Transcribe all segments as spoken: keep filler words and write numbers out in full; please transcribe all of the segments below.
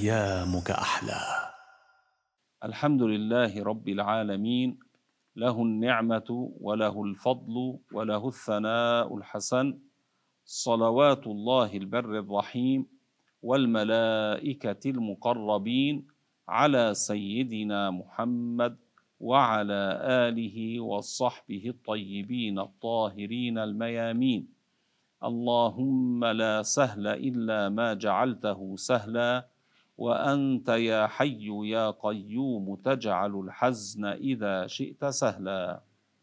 أيامك أحلى. الحمد لله رب العالمين، له النعمة وله الفضل وله الثناء الحسن، صلوات الله البر الرحيم والملائكة المقربين على سيدنا محمد وعلى آله وصحبه الطيبين الطاهرين الميامين. اللهم لا سهل إلا ما جعلته سهلا، وأنت يا حي يا قيوم تجعل الحزن إذا شئت سهلا.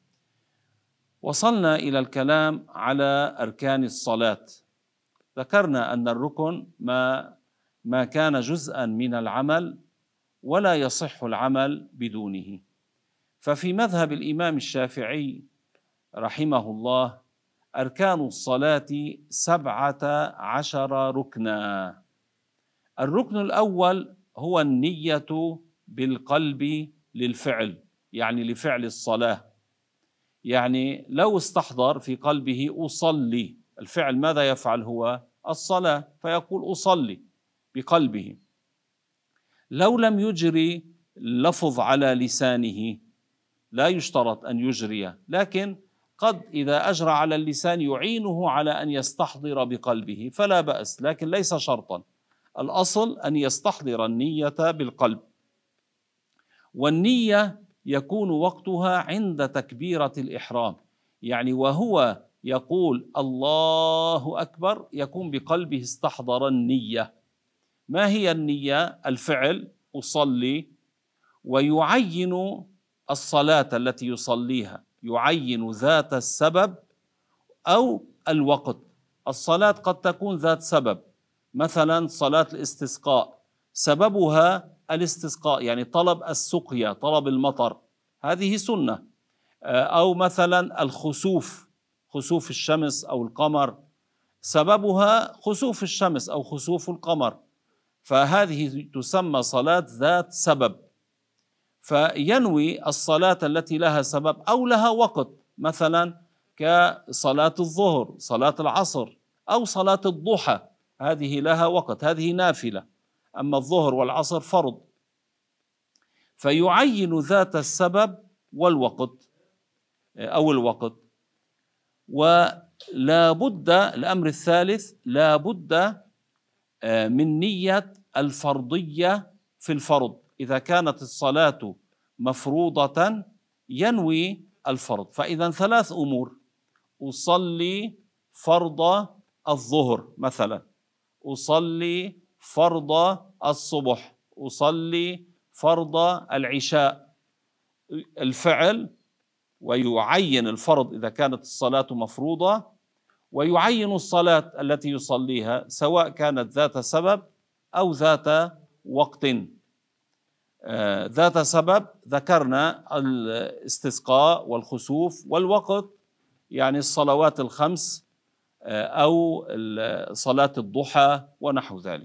وصلنا إلى الكلام على أركان الصلاة. ذكرنا أن الركن ما ما كان جزءا من العمل ولا يصح العمل بدونه. ففي مذهب الإمام الشافعي رحمه الله أركان الصلاة سبعة عشر ركنا. الركن الأول هو النية بالقلب للفعل، يعني لفعل الصلاة. يعني لو استحضر في قلبه أصلي، الفعل ماذا يفعل؟ هو الصلاة، فيقول أصلي بقلبه. لو لم يجري اللفظ على لسانه، لا يشترط أن يجري، لكن قد إذا أجرى على اللسان يعينه على أن يستحضر بقلبه فلا بأس، لكن ليس شرطا. الأصل أن يستحضر النية بالقلب. والنية يكون وقتها عند تكبيرة الإحرام، يعني وهو يقول الله أكبر يكون بقلبه استحضر النية. ما هي النية؟ الفعل أصلي، ويعين الصلاة التي يصليها، يعين ذات السبب أو الوقت. الصلاة قد تكون ذات سبب، مثلا صلاة الاستسقاء سببها الاستسقاء، يعني طلب السقيا، طلب المطر، هذه سنة. أو مثلا الخسوف، خسوف الشمس أو القمر، سببها خسوف الشمس أو خسوف القمر، فهذه تسمى صلاة ذات سبب. فينوي الصلاة التي لها سبب أو لها وقت، مثلا كصلاة الظهر، صلاة العصر، أو صلاة الضحى، هذه لها وقت، هذه نافلة، أما الظهر والعصر فرض. فيعين ذات السبب والوقت أو الوقت. ولا بد، الأمر الثالث، لا بد من نية الفرضية في الفرض. إذا كانت الصلاة مفروضة ينوي الفرض. فإذا ثلاث أمور: أصلي فرض الظهر مثلا، أصلي فرض الصبح، أصلي فرض العشاء، الفعل، ويعين الفرض إذا كانت الصلاة مفروضة، ويعين الصلاة التي يصليها سواء كانت ذات سبب أو ذات وقت. آه ذات سبب ذكرنا الاستسقاء والخسوف، والوقت يعني الصلوات الخمس آه أو صلاة الضحى ونحو ذلك.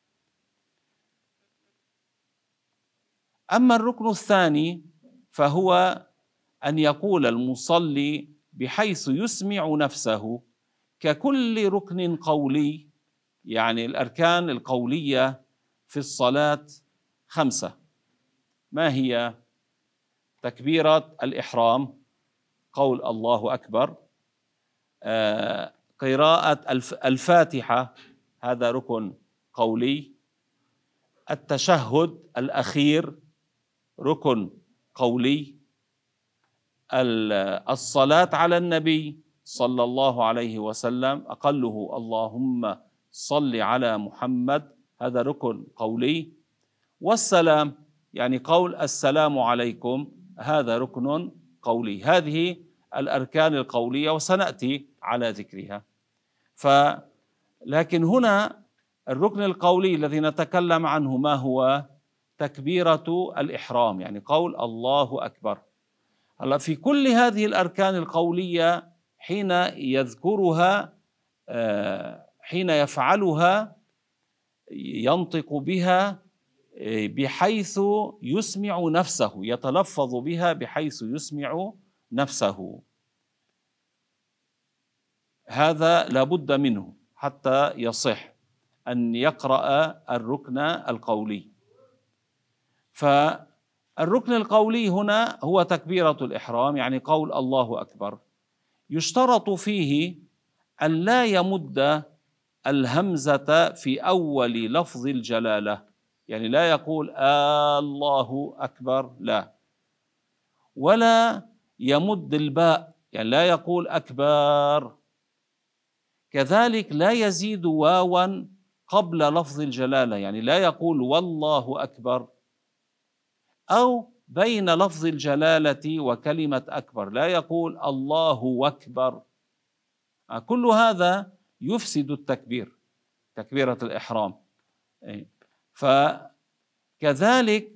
أما الركن الثاني فهو أن يقول المصلي بحيث يسمع نفسه، ككل ركن قولي. يعني الأركان القولية في الصلاة خمسة. ما هي؟ تكبيرة الإحرام، قول الله أكبر، آه، قراءة الف الفاتحة، هذا ركن قولي. التشهد الأخير ركن قولي. الصلاة على النبي صلى الله عليه وسلم، أقله اللهم صل على محمد، هذا ركن قولي. والسلام، يعني قول السلام عليكم، هذا ركن قولي. هذه الأركان القولية وسنأتي على ذكرها. ف لكن هنا الركن القولي الذي نتكلم عنه ما هو؟ تكبيرة الإحرام، يعني قول الله أكبر. هلا في كل هذه الأركان القولية حين يذكرها، حين يفعلها، ينطق بها بحيث يسمع نفسه، يتلفظ بها بحيث يسمع نفسه. هذا لا بد منه حتى يصح. أن يقرأ الركن القولي. فالركن القولي هنا هو تكبيرة الإحرام، يعني قول الله أكبر. يشترط فيه أن لا يمد الهمزة في أول لفظ الجلالة، يعني لا يقول آه الله أكبر، لا، ولا يمد الباء، يعني لا يقول أكبر. كذلك لا يزيد واوا قبل لفظ الجلالة، يعني لا يقول والله أكبر، أو بين لفظ الجلالة وكلمة أكبر لا يقول الله أكبر. كل هذا يفسد التكبير، تكبيرة الإحرام. فكذلك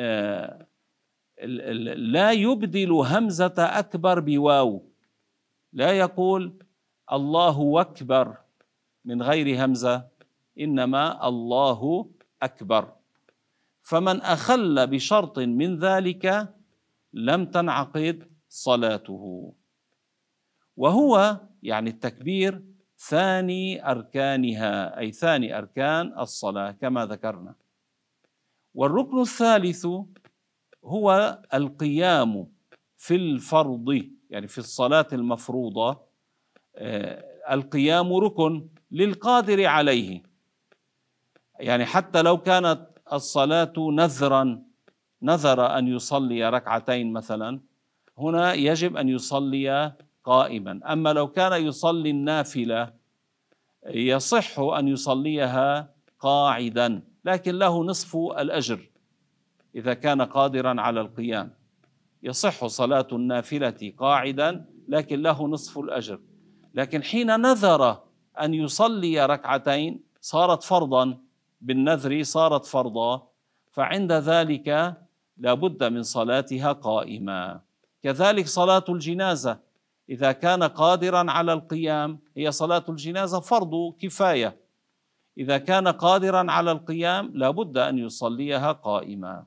لا يبدل همزة أكبر بواو، لا يقول الله أكبر من غير همزة، إنما الله أكبر. فمن أخل بشرط من ذلك لم تنعقد صلاته. وهو يعني التكبير ثاني أركانها، أي ثاني أركان الصلاة كما ذكرنا. والركن الثالث هو القيام في الفرض، يعني في الصلاة المفروضة. القيام ركن للقادر عليه، يعني حتى لو كانت الصلاة نذرا، نذر أن يصلي ركعتين مثلا، هنا يجب أن يصلي قائما. أما لو كان يصلي النافلة يصح أن يصليها قاعدا، لكن له نصف الأجر إذا كان قادرا على القيام. يصح صلاة النافلة قاعدا لكن له نصف الأجر. لكن حين نذر أن يصلي ركعتين صارت فرضا، بالنذر صارت فرضا، فعند ذلك لا بد من صلاتها قائمة. كذلك صلاة الجنازة إذا كان قادرا على القيام، هي صلاة الجنازة فرض كفاية، إذا كان قادرا على القيام لا بد أن يصليها قائمة.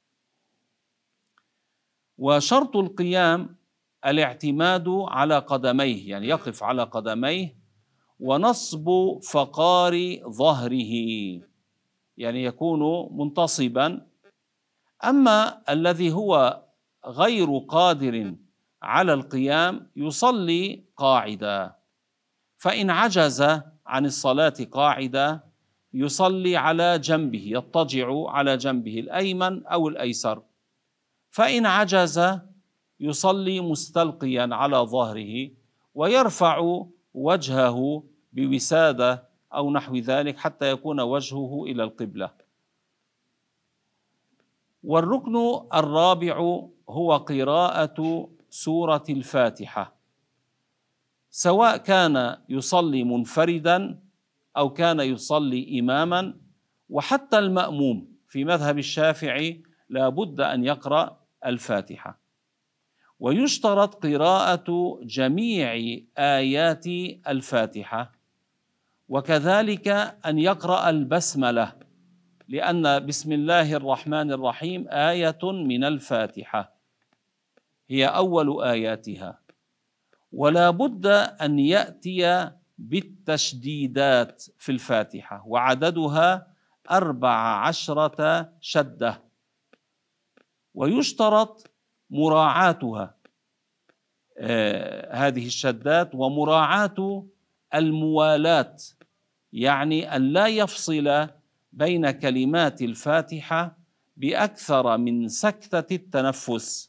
وشرط القيام الاعتماد على قدميه، يعني يقف على قدميه، ونصب فقار ظهره، يعني يكون منتصبا. أما الذي هو غير قادر على القيام يصلي قاعدا، فإن عجز عن الصلاة قاعدا يصلي على جنبه، يضطجع على جنبه الأيمن أو الأيسر. فإن عجز يصلي مستلقيا على ظهره، ويرفع وجهه بوسادة أو نحو ذلك حتى يكون وجهه إلى القبلة. والركن الرابع هو قراءة سورة الفاتحة، سواء كان يصلي منفردا أو كان يصلي إماما. وحتى المأموم في مذهب الشافعي لا بد أن يقرأ الفاتحة. ويشترط قراءة جميع آيات الفاتحة، وكذلك أن يقرأ البسملة، لأن بسم الله الرحمن الرحيم آية من الفاتحة، هي أول آياتها. ولا بد أن يأتي بالتشديدات في الفاتحة، وعددها أربع عشرة شدة. ويشترط مراعاتها آه هذه الشدات، ومراعاة الموالاة، يعني أن لا يفصل بين كلمات الفاتحة بأكثر من سكتة التنفس.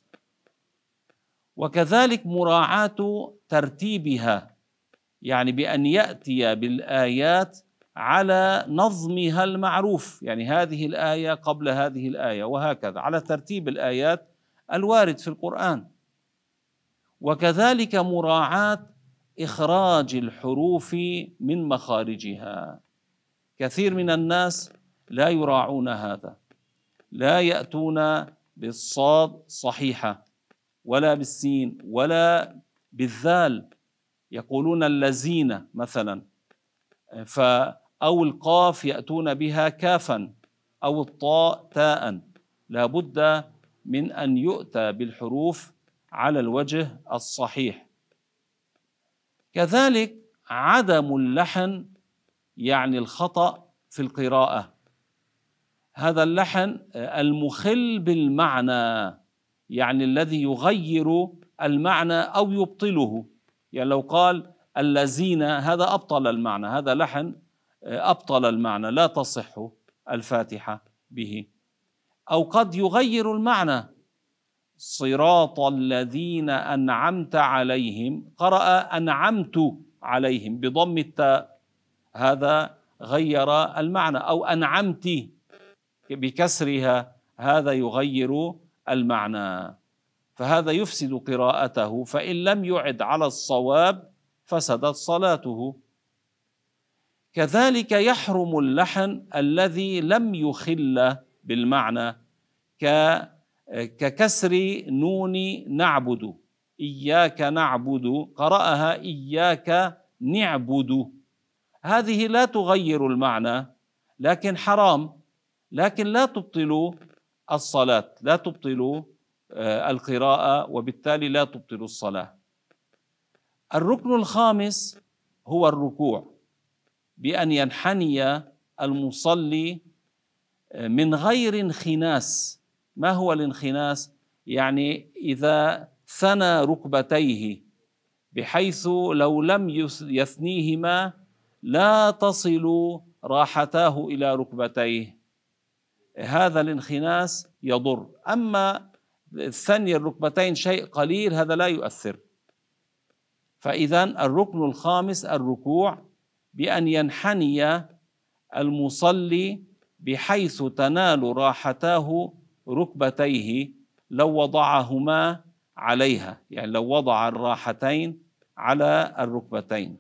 وكذلك مراعاة ترتيبها، يعني بأن يأتي بالآيات على نظمها المعروف، يعني هذه الآية قبل هذه الآية وهكذا، على ترتيب الآيات الوارد في القرآن. وكذلك مراعاة إخراج الحروف من مخارجها. كثير من الناس لا يراعون هذا، لا يأتون بالصاد صحيحة ولا بالسين ولا بالذال، يقولون اللذين مثلا، ف أو القاف يأتون بها كافا أو الطاء تاء. لا بد من أن يؤتى بالحروف على الوجه الصحيح. كذلك عدم اللحن، يعني الخطأ في القراءة، هذا اللحن المخل بالمعنى، يعني الذي يغير المعنى أو يبطله. يعني لو قال الذين، هذا أبطل المعنى، هذا لحن أبطل المعنى، لا تصح الفاتحة به. أو قد يغير المعنى، صراط الذين أنعمت عليهم، قرأ أنعمت عليهم بضم التاء، هذا غير المعنى. أو أنعمت بكسرها، هذا يغير المعنى، فهذا يفسد قراءته، فإن لم يعد على الصواب فسدت صلاته. كذلك يحرم اللحن الذي لم يخل بالمعنى، ككسر نون نعبد، إياك نعبد، قرأها إياك نعبد، هذه لا تغير المعنى لكن حرام، لكن لا تبطل الصلاة، لا تبطل القراءة، وبالتالي لا تبطل الصلاة. الركن الخامس هو الركوع، بأن ينحني المصلي من غير انخناس. ما هو الانخناس؟ يعني إذا ثنى ركبتيه بحيث لو لم يثنيهما لا تصل راحتاه إلى ركبتيه، هذا الانخناس يضر. أما ثني الركبتين شيء قليل، هذا لا يؤثر. فإذا الركن الخامس الركوع، بأن ينحني المصلي بحيث تنال راحتاه ركبتيه لو وضعهما عليها، يعني لو وضع الراحتين على الركبتين.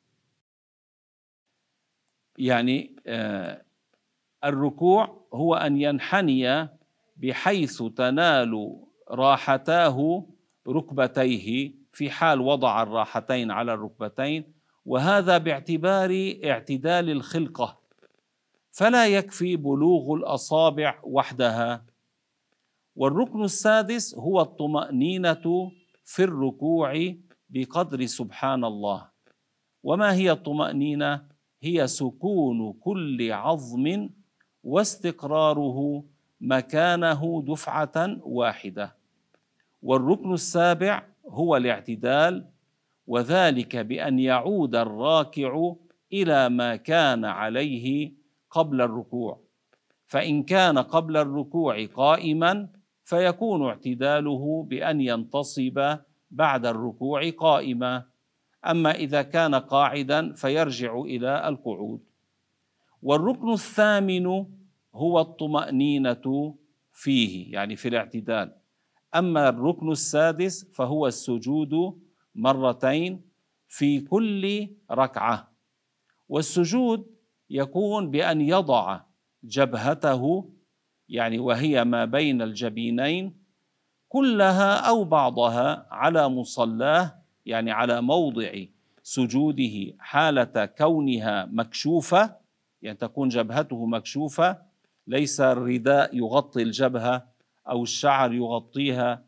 يعني آه الركوع هو أن ينحني بحيث تنال راحتاه ركبتيه في حال وضع الراحتين على الركبتين، وهذا باعتبار اعتدال الخلقة، فلا يكفي بلوغ الأصابع وحدها. والركن السادس هو الطمأنينة في الركوع بقدر سبحان الله. وما هي الطمأنينة؟ هي سكون كل عظم واستقراره مكانه دفعة واحدة. والركن السابع هو الاعتدال، وذلك بأن يعود الراكع إلى ما كان عليه قبل الركوع، فإن كان قبل الركوع قائما فيكون اعتداله بأن ينتصب بعد الركوع قائما، أما إذا كان قاعدا فيرجع إلى القعود. والركن الثامن هو الطمأنينة فيه، يعني في الاعتدال. أما الركن السادس فهو السجود مرتين في كل ركعة. والسجود يكون بأن يضع جبهته، يعني وهي ما بين الجبينين، كلها أو بعضها على مصلاه، يعني على موضع سجوده حالة كونها مكشوفة، يعني تكون جبهته مكشوفة، ليس الرداء يغطي الجبهة أو الشعر يغطيها،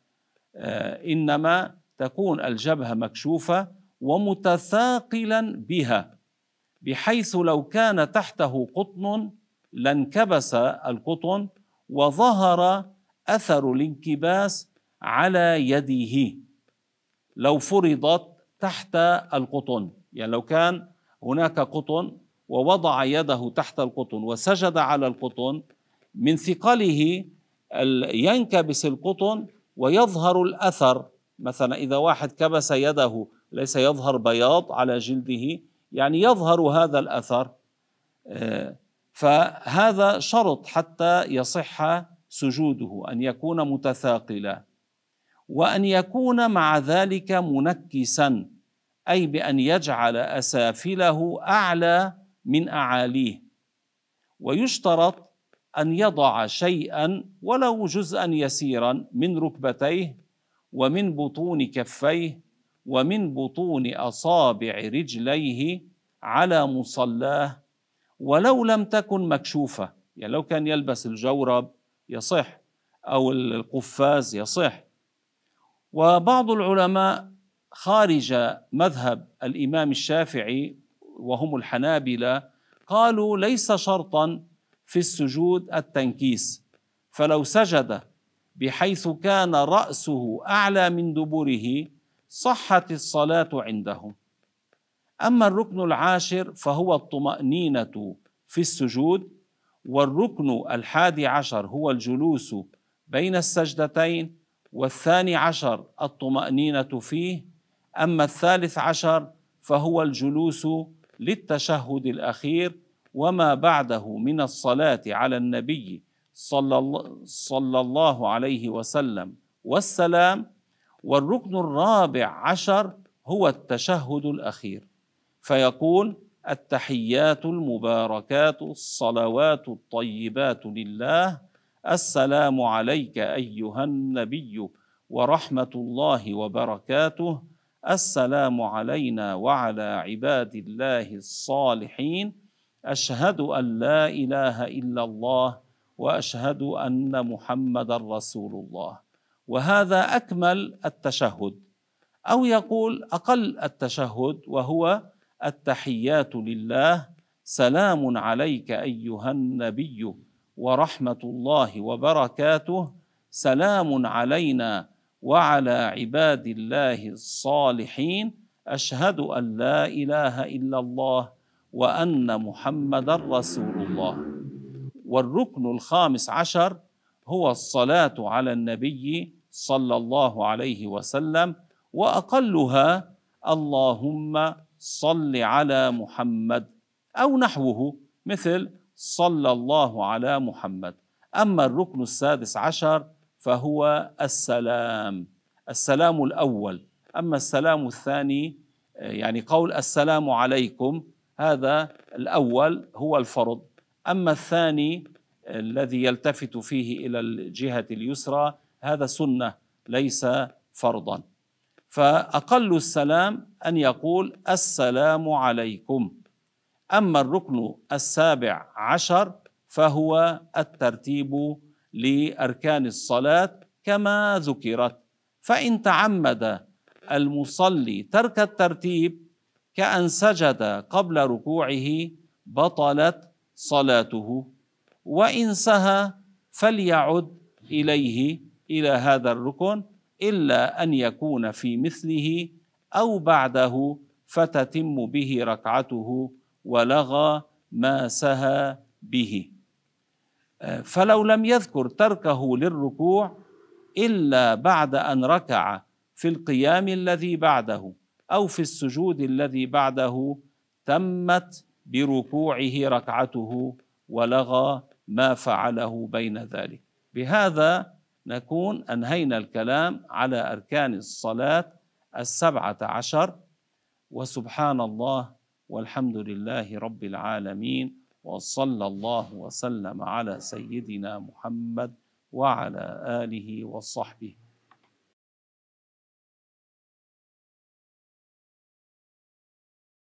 إنما تكون الجبهة مكشوفة ومتثاقلا بها، بحيث لو كان تحته قطن لانكبس القطن وظهر أثر الانكباس على يده لو فرضت تحت القطن. يعني لو كان هناك قطن ووضع يده تحت القطن وسجد على القطن، من ثقله ينكبس القطن ويظهر الأثر. مثلا إذا واحد كبس يده ليس يظهر بياض على جلده، يعني يظهر هذا الأثر، فهذا شرط حتى يصح سجوده، أن يكون متثاقلا، وأن يكون مع ذلك منكسا، أي بأن يجعل أسافله أعلى من أعاليه. ويشترط أن يضع شيئا ولو جزءا يسيرا من ركبتيه ومن بطون كفيه ومن بطون أصابع رجليه على مصلاه، ولو لم تكن مكشوفة. يعني لو كان يلبس الجورب يصح أو القفاز يصح. وبعض العلماء خارج مذهب الإمام الشافعي وهم الحنابلة قالوا ليس شرطا في السجود التنكيس، فلو سجد بحيث كان رأسه أعلى من دبره صحت الصلاة عندهم. أما الركن العاشر فهو الطمأنينة في السجود، والركن الحادي عشر هو الجلوس بين السجدتين، والثاني عشر الطمأنينة فيه. أما الثالث عشر فهو الجلوس للتشهد الأخير وما بعده من الصلاة على النبي صلى الله عليه وسلم والسلام. والركن الرابع عشر هو التشهد الأخير، فيقول: التحيات المباركات الصلوات الطيبات لله، السلام عليك أيها النبي ورحمة الله وبركاته، السلام علينا وعلى عباد الله الصالحين، أشهد أن لا إله إلا الله وأشهد أن محمد رسول الله. وهذا أكمل التشهد. أو يقول أقل التشهد وهو التحيات لله، سلام عليك أيها النبي ورحمة الله وبركاته، سلام علينا وعلى عباد الله الصالحين، أشهد أن لا إله إلا الله وأن محمد رسول الله. والركن الخامس عشر هو الصلاة على النبي صلى الله عليه وسلم، وأقلها اللهم صل على محمد أو نحوه، مثل صلى الله على محمد. أما الركن السادس عشر فهو السلام، السلام الأول. أما السلام الثاني يعني قول السلام عليكم، هذا الأول هو الفرض. أما الثاني الذي يلتفت فيه إلى الجهة اليسرى هذا سنة ليس فرضا. فأقل السلام أن يقول السلام عليكم. أما الركن السابع عشر فهو الترتيب لأركان الصلاة كما ذكرت، فإن تعمد المصلي ترك الترتيب كأن سجد قبل ركوعه بطلت صلاته، وإن سهى فليعد إليه إلى هذا الركن إلا أن يكون في مثله أو بعده فتتم به ركعته ولغى ما سهى به. فلو لم يذكر تركه للركوع إلا بعد أن ركع في القيام الذي بعده أو في السجود الذي بعده تمت بركوعه ركعته ولغى ما فعله بين ذلك. بهذا نكون أنهينا الكلام على أركان الصلاة السبعة عشر. وسبحان الله والحمد لله رب العالمين، وصلى الله وسلم على سيدنا محمد وعلى آله وصحبه